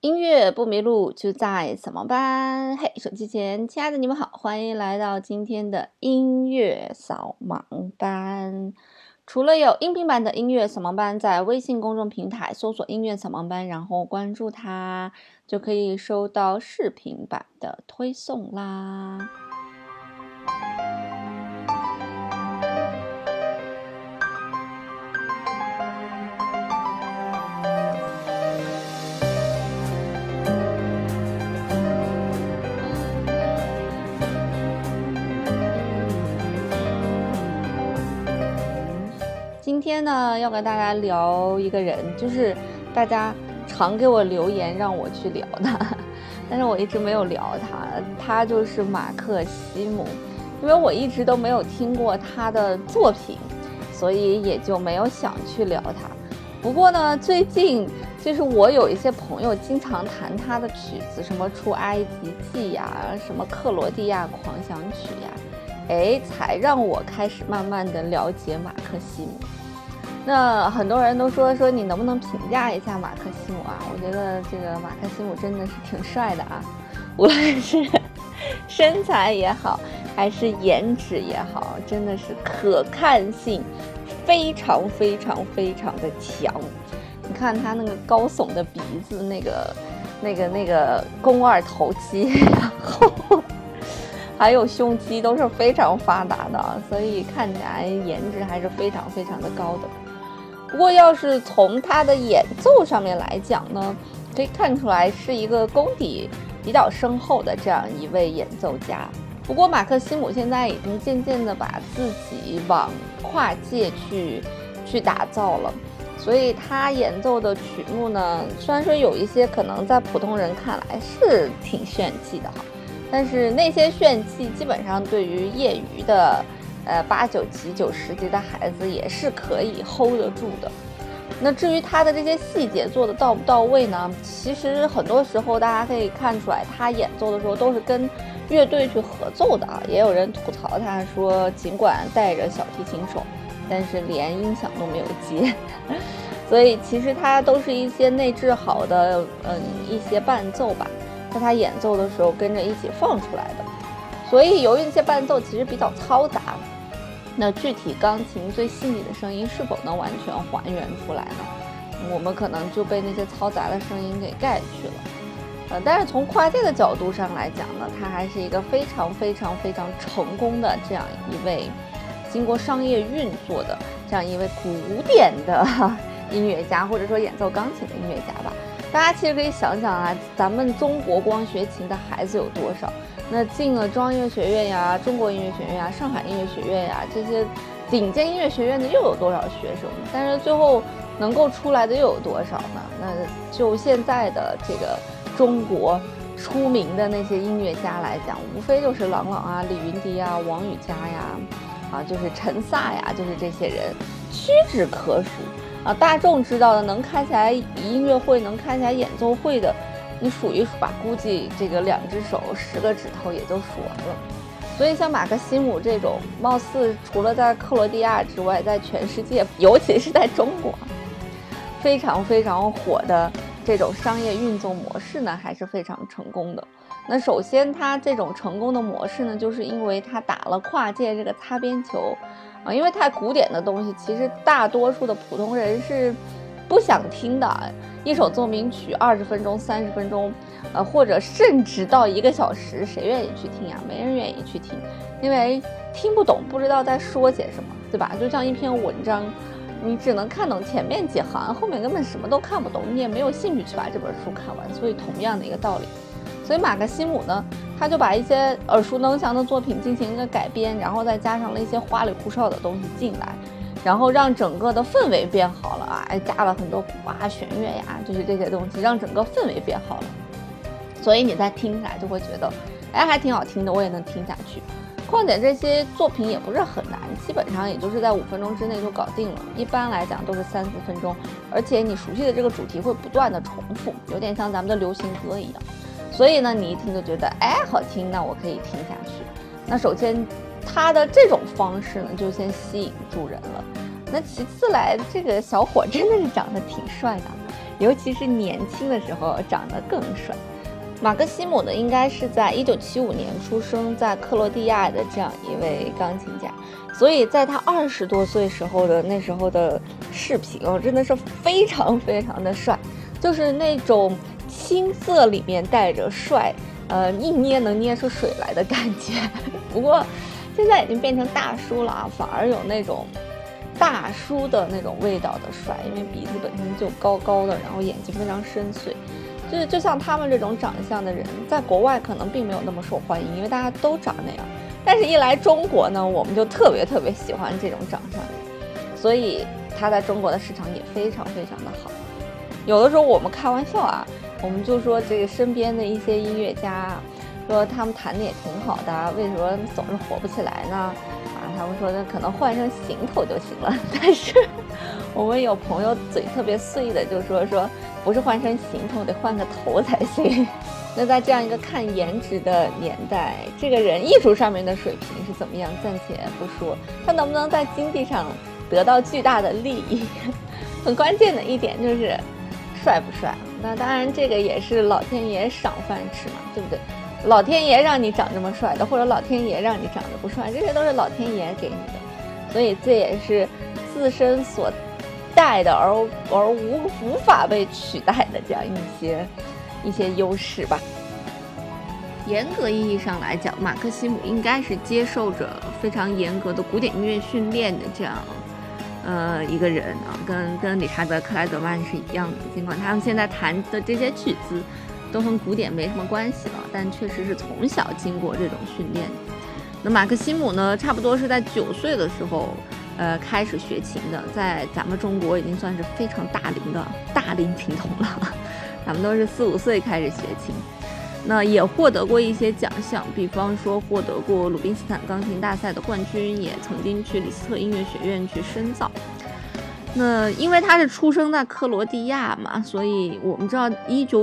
音乐不迷路，就在扫盲班。嘿，手机前亲爱的你们好，欢迎来到今天的音乐扫盲班。除了有音频版的音乐扫盲班，在微信公众平台搜索音乐扫盲班，然后关注它，就可以收到视频版的推送啦。今天呢，要跟大家聊一个人，就是大家常给我留言让我去聊他，但是我一直没有聊他就是马克西姆。因为我一直都没有听过他的作品，所以也就没有想去聊他。不过呢，最近就是我有一些朋友经常弹他的曲子，什么出埃及记呀，什么克罗地亚狂想曲呀，才让我开始慢慢的了解马克西姆。那很多人都说你能不能评价一下马克西姆啊？我觉得这个马克西姆真的是挺帅的啊，无论是身材也好，还是颜值也好，真的是可看性非常非常非常的强。你看他那个高耸的鼻子，那个肱二头肌，然后还有胸肌都是非常发达的，所以看起来颜值还是非常非常的高的。不过要是从他的演奏上面来讲呢，可以看出来是一个功底比较深厚的这样一位演奏家。不过马克西姆现在已经渐渐的把自己往跨界去打造了，所以他演奏的曲目呢，虽然说有一些可能在普通人看来是挺炫技的哈，但是那些炫技基本上对于业余的8、9级、9、10级的孩子也是可以 hold 得住的。那至于他的这些细节做的到不到位呢？其实很多时候大家可以看出来，他演奏的时候都是跟乐队去合奏的啊。也有人吐槽他说，尽管带着小提琴手，但是连音响都没有接。所以其实他都是一些内置好的一些伴奏吧，在他演奏的时候跟着一起放出来的。所以由于那些伴奏其实比较嘈杂，那具体钢琴最细腻的声音是否能完全还原出来呢？我们可能就被那些嘈杂的声音给盖去了。但是从跨界的角度上来讲呢，他还是一个非常非常非常成功的这样一位经过商业运作的这样一位古典的音乐家，或者说演奏钢琴的音乐家吧。大家其实可以想想啊，咱们中国光学琴的孩子有多少？那进了中央音乐学院呀、中国音乐学院呀、上海音乐学院呀，这些顶尖音乐学院的又有多少学生？但是最后能够出来的又有多少呢？那就现在的这个中国出名的那些音乐家来讲，无非就是郎朗啊、李云迪啊、王羽佳呀，就是陈萨呀，就是这些人屈指可数啊。大众知道的，能开起来音乐会、能开起来演奏会的，你数一数吧，估计这个2只手10个指头也就数完了。所以像马克西姆这种貌似除了在克罗地亚之外，在全世界，尤其是在中国非常非常火的这种商业运作模式呢，还是非常成功的。那首先他这种成功的模式呢，就是因为他打了跨界这个擦边球啊。因为太古典的东西，其实大多数的普通人是不想听的。一首奏鸣曲20分钟、30分钟，或者甚至到1个小时，谁愿意去听呀？没人愿意去听，因为听不懂，不知道在说些什么，对吧？就像一篇文章，你只能看懂前面几行，后面根本什么都看不懂，你也没有兴趣去把这本书看完。所以同样的一个道理，所以马克西姆呢，他就把一些耳熟能详的作品进行一个改编，然后再加上了一些花里胡哨的东西进来，然后让整个的氛围变好了啊，加了很多鼓啊、弦乐呀，就是这些东西，让整个氛围变好了。所以你再听起来就会觉得，还挺好听的，我也能听下去。况且这些作品也不是很难，基本上也就是在5分钟之内就搞定了。一般来讲都是3、4分钟，而且你熟悉的这个主题会不断的重复，有点像咱们的流行歌一样。所以呢，你一听就觉得好听，那我可以听下去。那首先他的这种方式呢，就先吸引住人了。那其次来，这个小伙真的是长得挺帅的， 尤其是年轻的时候长得更帅。马克西姆呢，应该是在1975年出生在克罗地亚的这样一位钢琴家，所以在他20多岁时候的那时候的视频真的是非常非常的帅，就是那种青涩里面带着帅，一捏能捏出水来的感觉。不过现在已经变成大叔了啊，反而有那种大叔的那种味道的帅，因为鼻子本身就高高的，然后眼睛非常深邃。就像他们这种长相的人，在国外可能并没有那么受欢迎，因为大家都长那样。但是，一来中国呢，我们就特别喜欢这种长相的人，所以他在中国的市场也非常非常的好。有的时候我们开玩笑啊，我们就说这个身边的一些音乐家，说他们弹的也挺好的，为什么总是火不起来呢？他们说那可能换成行头就行了。但是我们有朋友嘴特别碎的，就说不是换成行头，得换个头才行。那在这样一个看颜值的年代，这个人艺术上面的水平是怎么样暂且不说，他能不能在经济上得到巨大的利益，很关键的一点就是帅不帅。那当然这个也是老天爷赏饭吃嘛，对不对？老天爷让你长这么帅的，或者老天爷让你长得不帅，这些都是老天爷给你的，所以这也是自身所带的而无法被取代的这样一些优势吧。严格意义上来讲，马克西姆应该是接受着非常严格的古典音乐训练的这样一个人啊，跟理查德克莱德曼是一样的，尽管他们现在弹的这些曲子都和古典没什么关系了，但确实是从小经过这种训练的。那马克西姆呢，差不多是在9岁的时候开始学琴的，在咱们中国已经算是非常大龄琴童了，咱们都是4、5岁开始学琴。那也获得过一些奖项，比方说获得过鲁宾斯坦钢琴大赛的冠军，也曾经去李斯特音乐学院去深造。那因为他是出生在克罗地亚嘛，所以我们知道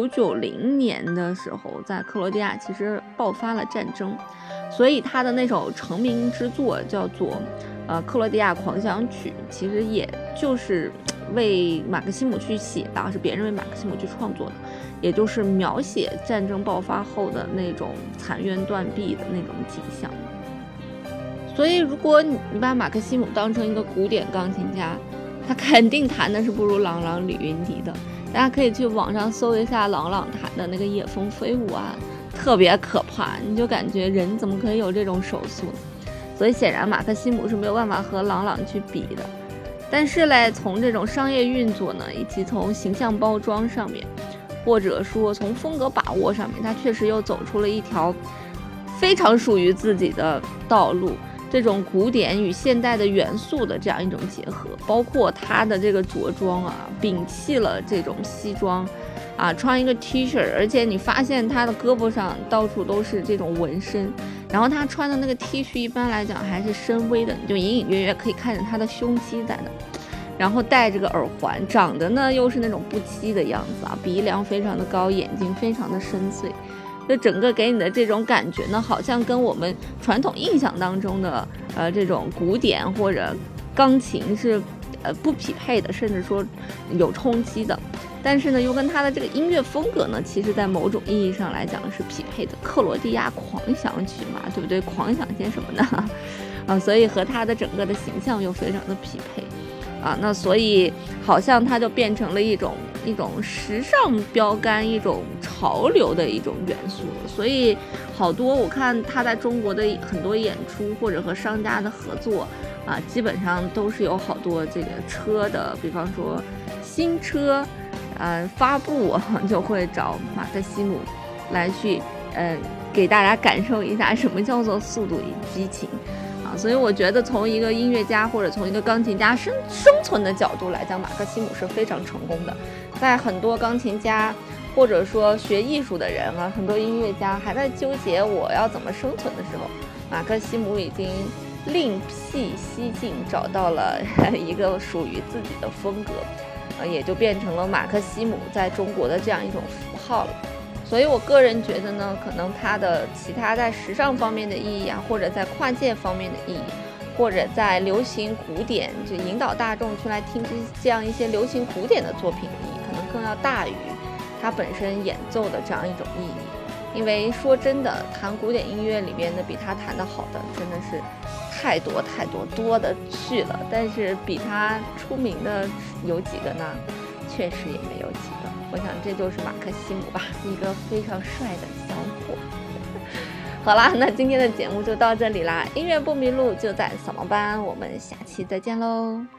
1990年的时候，在克罗地亚其实爆发了战争，所以他的那首成名之作叫做克罗地亚狂想曲，其实也就是为马克西姆去写的，是别人为马克西姆去创作的，也就是描写战争爆发后的那种残垣断壁的那种景象。所以如果你把马克西姆当成一个古典钢琴家，他肯定弹的是不如郎朗、李云迪的。大家可以去网上搜一下郎朗弹的那个《野蜂飞舞》啊，特别可怕，你就感觉人怎么可以有这种手速呢？所以显然马克西姆是没有办法和郎朗去比的。但是嘞，从这种商业运作呢，以及从形象包装上面，或者说从风格把握上面，他确实又走出了一条非常属于自己的道路。这种古典与现代的元素的这样一种结合，包括他的这个着装啊，摒弃了这种西装啊，穿一个 T 恤，而且你发现他的胳膊上到处都是这种纹身，然后他穿的那个 T 恤一般来讲还是深 V 的，你就隐隐约约可以看见他的胸肌在那，然后戴这个耳环，长得呢又是那种不羁的样子啊，鼻梁非常的高，眼睛非常的深邃。就整个给你的这种感觉呢，好像跟我们传统印象当中的这种古典或者钢琴是不匹配的，甚至说有冲击的。但是呢，又跟他的这个音乐风格呢，其实在某种意义上来讲是匹配的。克罗地亚狂想曲嘛，对不对？狂想些什么呢？所以和他的整个的形象又非常的匹配。那所以好像它就变成了一种时尚标杆，一种潮流的一种元素。所以好多我看他在中国的很多演出或者和商家的合作基本上都是有好多这个车的，比方说新车发布就会找马克西姆来去给大家感受一下什么叫做速度与激情。所以我觉得从一个音乐家或者从一个钢琴家生存的角度来讲，马克西姆是非常成功的。在很多钢琴家或者说学艺术的人很多音乐家还在纠结我要怎么生存的时候，马克西姆已经另辟蹊径，找到了一个属于自己的风格，也就变成了马克西姆在中国的这样一种符号了。所以我个人觉得呢，可能它的其他在时尚方面的意义或者在跨界方面的意义，或者在流行古典就引导大众去来听这样一些流行古典的作品的意义，可能更要大于它本身演奏的这样一种意义。因为说真的，弹古典音乐里边的比他弹得好的真的是太多太多，多的去了。但是比他出名的有几个呢？确实也没有几个。我想这就是马克西姆吧，一个非常帅的小伙。好啦，那今天的节目就到这里啦，音乐不迷路就在扫盲班，我们下期再见喽。